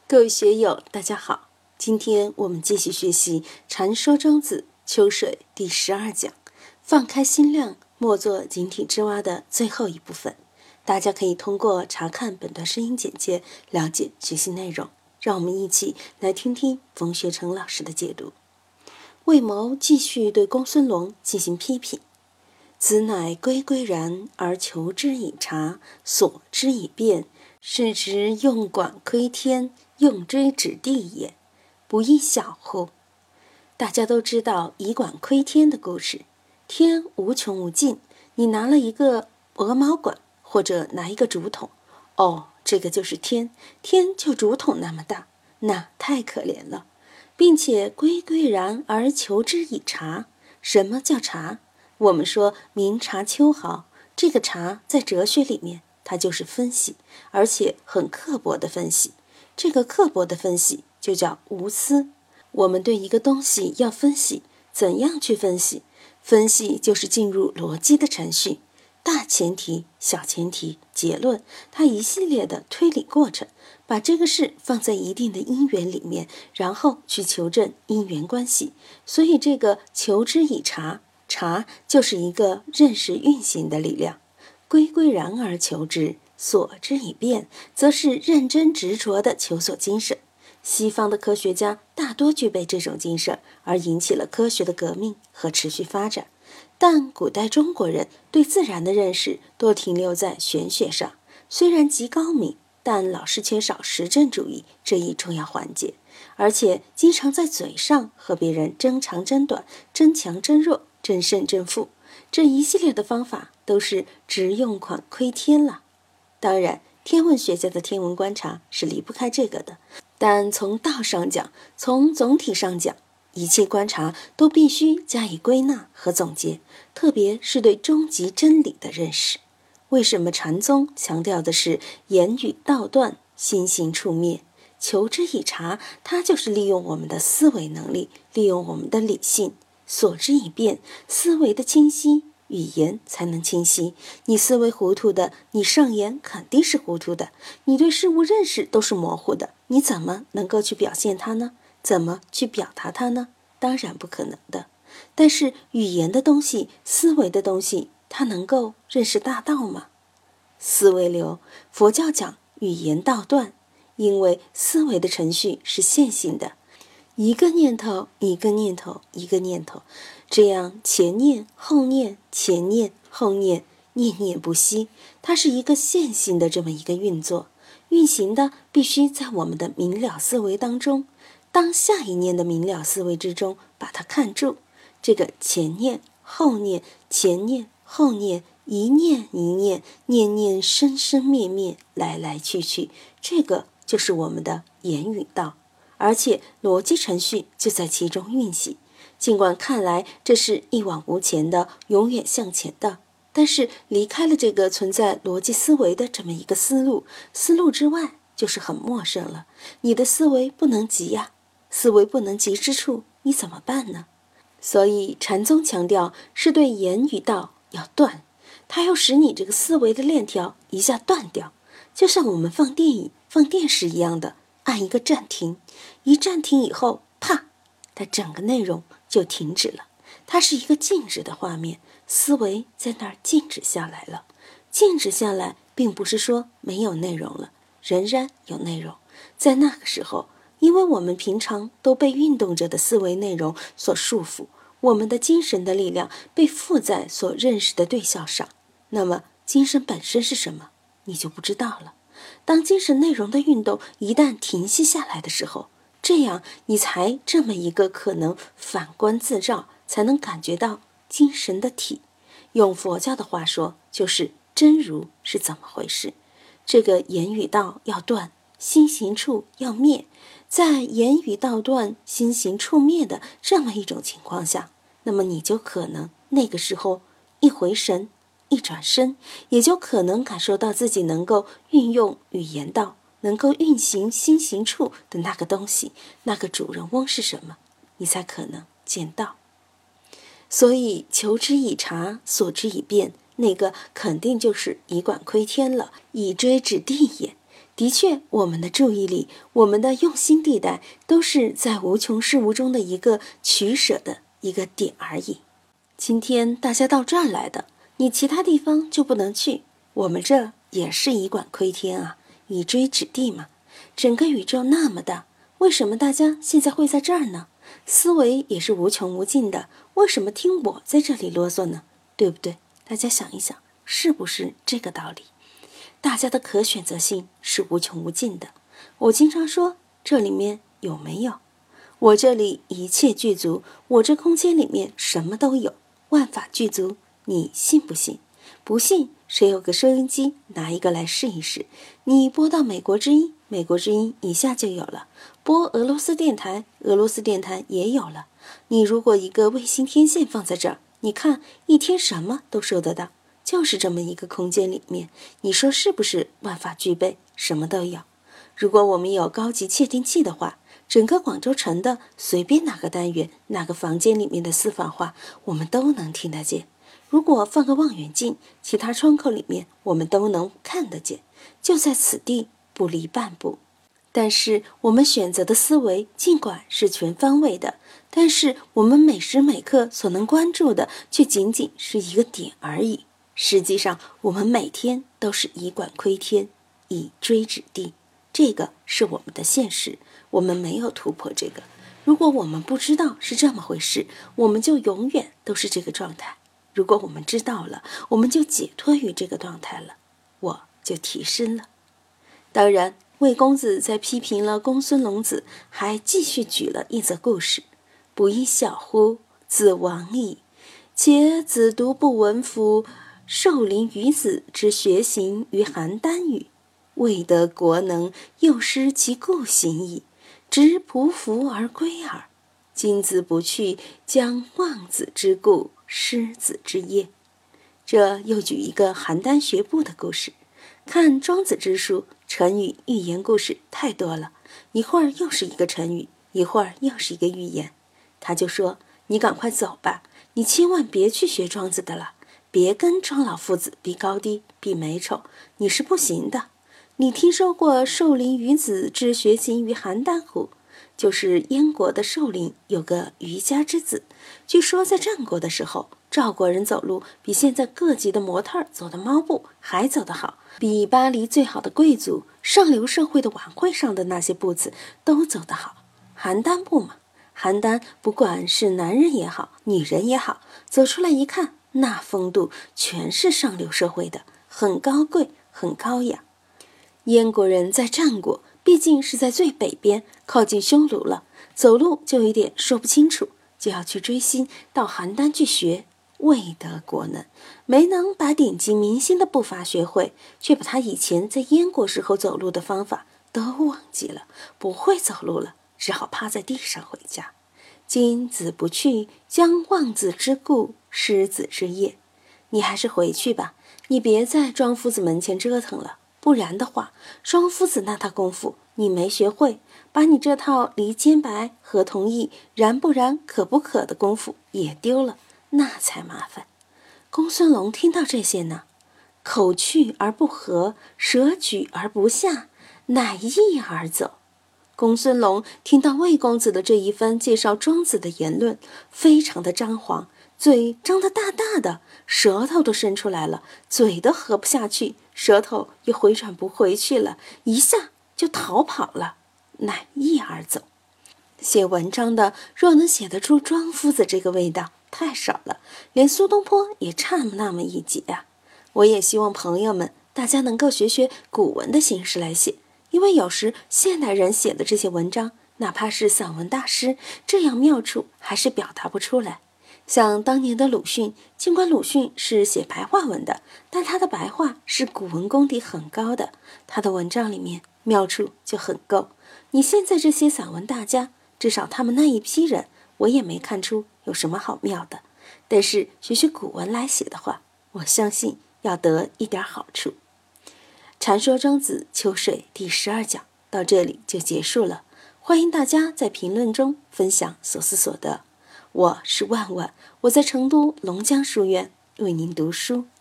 各位学友大家好，今天我们继续学习《禅说庄子·秋水》第12讲，放开心量，莫做井底之蛙的最后一部分。大家可以通过查看本段声音简介了解学习内容。让我们一起来听听冯学成老师的解读。魏谋继续对公孙龙进行批评，子乃归归然而求之以察，所之以辩，是之用管窥天，用锥指地也，不亦小乎？大家都知道以管窥天的故事，天无穷无尽，你拿了一个鹅毛管，或者拿一个竹筒，这个就是天，天就竹筒那么大，那太可怜了。并且归归然而求之以察。什么叫察？我们说明察秋毫，这个察在哲学里面它就是分析，而且很刻薄的分析。这个刻薄的分析就叫无私。我们对一个东西要分析，怎样去分析？分析就是进入逻辑的程序，大前提、小前提、结论，它一系列的推理过程，把这个事放在一定的因缘里面，然后去求证因缘关系。所以这个求之以察，察就是一个认识运行的力量。归归然而求之，所之以辩，则是认真执着的求索精神。西方的科学家大多具备这种精神，而引起了科学的革命和持续发展。但古代中国人对自然的认识多停留在玄学上，虽然极高明，但老是缺少实证主义这一重要环节，而且经常在嘴上和别人争长争短、争强争弱、争胜争负，这一系列的方法都是直用管窥天了。当然，天文学家的天文观察是离不开这个的，但从道上讲，从总体上讲，一切观察都必须加以归纳和总结，特别是对终极真理的认识。为什么禅宗强调的是言语道断，心行处灭？求之以察，它就是利用我们的思维能力，利用我们的理性。所之以辩，思维的清晰，语言才能清晰。你思维糊涂的，你上言肯定是糊涂的。你对事物认识都是模糊的，你怎么能够去表现它呢？怎么去表达它呢？当然不可能的。但是语言的东西，思维的东西，它能够认识大道吗？思维流，佛教讲语言道断，因为思维的程序是线性的，一个念头一个念头一个念头，这样前念后念，前念后念，念念不息，它是一个线性的这么一个运作，运行的必须在我们的明了思维当中，当下一念的明了思维之中把它看住。这个前念后念，前念后念，一念一念，念念生生灭灭，来来去去，这个就是我们的言语道，而且逻辑程序就在其中运行。尽管看来这是一往无前的，永远向前的，但是离开了这个存在逻辑思维的这么一个思路之外，就是很陌生了。你的思维不能急呀，思维不能急之处，你怎么办呢？所以禅宗强调是对言语道要断，它要使你这个思维的链条一下断掉，就像我们放电影、放电视一样的，按一个暂停，一暂停以后，啪，它整个内容就停止了。它是一个静止的画面，思维在那儿静止下来了。静止下来并不是说没有内容了，仍然有内容。在那个时候，因为我们平常都被运动着的思维内容所束缚，我们的精神的力量被附在所认识的对象上，那么精神本身是什么，你就不知道了。当精神内容的运动一旦停息下来的时候，这样你才这么一个可能反观自照，才能感觉到精神的体。用佛教的话说，就是真如是怎么回事。这个言语道要断，心行处要灭，在言语道断、心行处灭的这么一种情况下，那么你就可能那个时候一回神，一转身，也就可能感受到自己能够运用语言道，能够运行心行处的那个东西，那个主人翁是什么，你才可能见到。所以求之以察，所之以辩，那个肯定就是以管窥天了，以锥指地也。 的确，我们的注意力，我们的用心地带，都是在无穷事物中的一个取舍的一个点而已。今天大家到这儿来的，你其他地方就不能去，我们这也是以管窥天啊，以追指地嘛。整个宇宙那么大，为什么大家现在会在这儿呢？思维也是无穷无尽的，为什么听我在这里啰嗦呢？对不对？大家想一想，是不是这个道理？大家的可选择性是无穷无尽的。我经常说，这里面有没有？我这里一切具足，我这空间里面什么都有，万法具足，你信不信？不信，谁有个收音机，拿一个来试一试。你播到美国之音，美国之音一下就有了；播俄罗斯电台，俄罗斯电台也有了。你如果一个卫星天线放在这儿，你看一天什么都收得到，就是这么一个空间里面，你说是不是万法具备，什么都有？如果我们有高级窃听器的话，整个广州城的随便哪个单元、哪个房间里面的私房话，我们都能听得见。如果放个望远镜，其他窗口里面我们都能看得见，就在此地，不离半步。但是我们选择的思维尽管是全方位的，但是我们每时每刻所能关注的却仅仅是一个点而已。实际上我们每天都是以管窥天，以追指地，这个是我们的现实，我们没有突破这个。如果我们不知道是这么回事，我们就永远都是这个状态。如果我们知道了，我们就解脱于这个状态了，我就提升了。当然，魏公子在批评了公孙龙子，还继续举了一则故事：不亦笑乎？子亡矣。且子独不闻夫寿临于子之学行于邯郸矣，未得国能，又失其故行矣，执仆服而归耳。今子不去，将忘子之故，失子之业。这又举一个邯郸学步的故事。看庄子之书，成语寓言故事太多了，一会儿又是一个成语，一会儿又是一个寓言。他就说，你赶快走吧，你千万别去学庄子的了，别跟庄老夫子比高低，比美丑，你是不行的。你听说过寿临于子之学行于邯郸乎？就是燕国的寿陵有个渔家之子，据说在战国的时候，赵国人走路比现在各级的模特走的猫步还走得好，比巴黎最好的贵族、上流社会的晚会上的那些步子都走得好。邯郸步嘛，邯郸不管是男人也好，女人也好，走出来一看，那风度全是上流社会的，很高贵，很高雅。燕国人在战国毕竟是在最北边，靠近匈奴了，走路就有点说不清楚，就要去追星，到邯郸去学，未得国能，没能把顶级明星的步伐学会，却把他以前在燕国时候走路的方法都忘记了，不会走路了，只好趴在地上回家。今子不去，将忘子之故，失子之业。你还是回去吧，你别在庄夫子门前折腾了，不然的话，庄夫子那套功夫你没学会，把你这套离间白、合同意、然不然、可不可的功夫也丢了，那才麻烦。公孙龙听到这些呢，口去而不合，舌举而不下，乃意而走。公孙龙听到魏公子的这一番介绍庄子的言论，非常的张狂，嘴张得大大的，舌头都伸出来了，嘴都合不下去，舌头也回转不回去了，一下就逃跑了，乃意而走。写文章的若能写得出庄夫子这个味道，太少了，连苏东坡也差那么一截啊。我也希望朋友们大家能够学学古文的形式来写，因为有时现代人写的这些文章，哪怕是散文大师，这样妙处还是表达不出来。像当年的鲁迅，尽管鲁迅是写白话文的，但他的白话是古文功底很高的，他的文章里面妙处就很够。你现在这些散文大家，至少他们那一批人，我也没看出有什么好妙的。但是学学古文来写的话，我相信要得一点好处。禅说庄子秋水第12讲到这里就结束了，欢迎大家在评论中分享所思所得。我是万万，我在成都龙江书院为您读书。